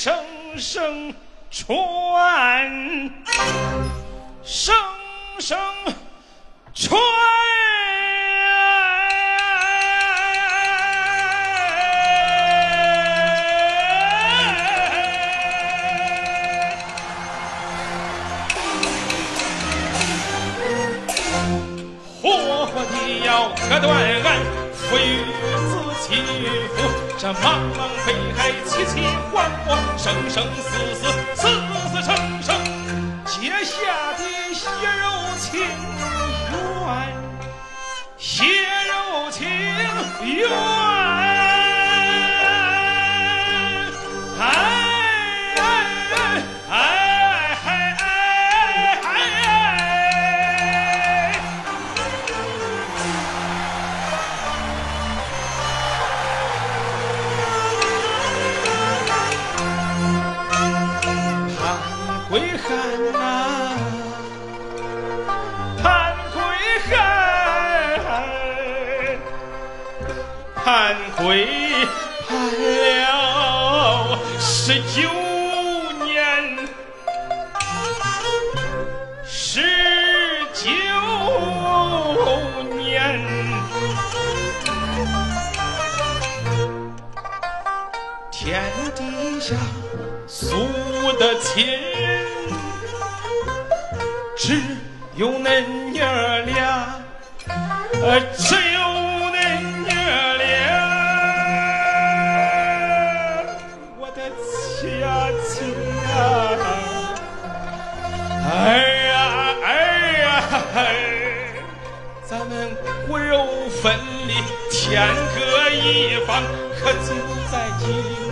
声声传，声声传。活活的要割断岸，非与子欺负。这茫茫北海，凄凄惶惶，生生死死，死死生生。结下的血肉情缘，血肉情缘。归汉呐，盼归汉，盼归盼了19年，19年，天底下数得亲人，只有恁娘儿俩，只有恁娘儿俩，我的亲呀，儿啊儿啊，咱们骨肉分离，天各一方，可就在一